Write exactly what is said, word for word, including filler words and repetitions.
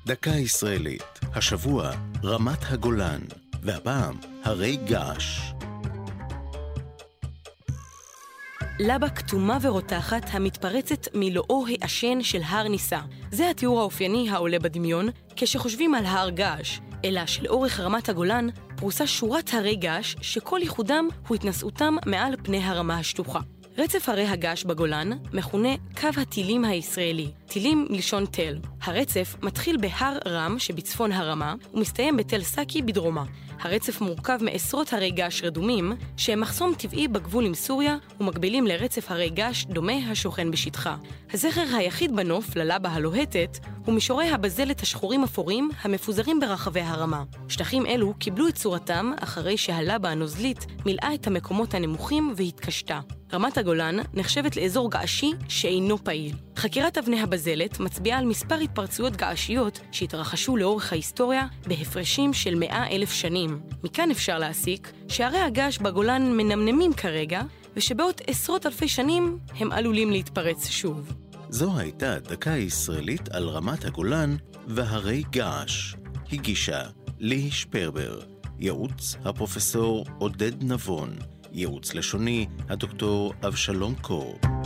דקה ישראלית, השבוע רמת הגולן, והפעם הרי געש. לבה כתומה ורותחת המתפרצת מלואו העשן של הר ניסה. זה התיאור האופייני העולה בדמיון כשחושבים על הר געש, אלא שלאורך רמת הגולן פרוסה שורת הרי געש שכל ייחודם הוא התנסעותם מעל פני הרמה השטוחה. רצף הרי הגעש בגולן מכונה קו הטילים הישראלי, טילים מלשון תל. הרצף מתחיל בהר רם שבצפון הרמה ומסתיים בתל סאקי בדרומה. הרצף מורכב מעשרות הרי געש רדומים שהם מחסום טבעי בגבול עם סוריה ומקבילים לרצף הרי געש דומה השוכן בשטחה. הזכר היחיד בנוף ללבה הלוהטת הוא מישורי הבזלת השחורים אפורים המפוזרים ברחבי הרמה. שטחים אלו קיבלו את צורתם אחרי שהלבה הנוזלית מילאה את המקומות הנמוכים והתקשתה. רמת הגולן נחשבת לאזור געשי שאינו פעיל. חקירת אבני הבזלת מצביעה על מספר התפרצויות געשיות שהתרחשו לאורך ההיסטוריה בהפרשים של מאה אלף שנים. מכאן אפשר להסיק שהרי הגעש בגולן מנמנמים כרגע, ושבעוד עשרות אלפי שנים הם עלולים להתפרץ שוב. זו הייתה דקה ישראלית על רמת הגולן והרי געש. הגישה לי שפרבר, ייעוץ הפרופסור עודד נבון, ייעוץ לשוני הדוקטור אבשלום קור.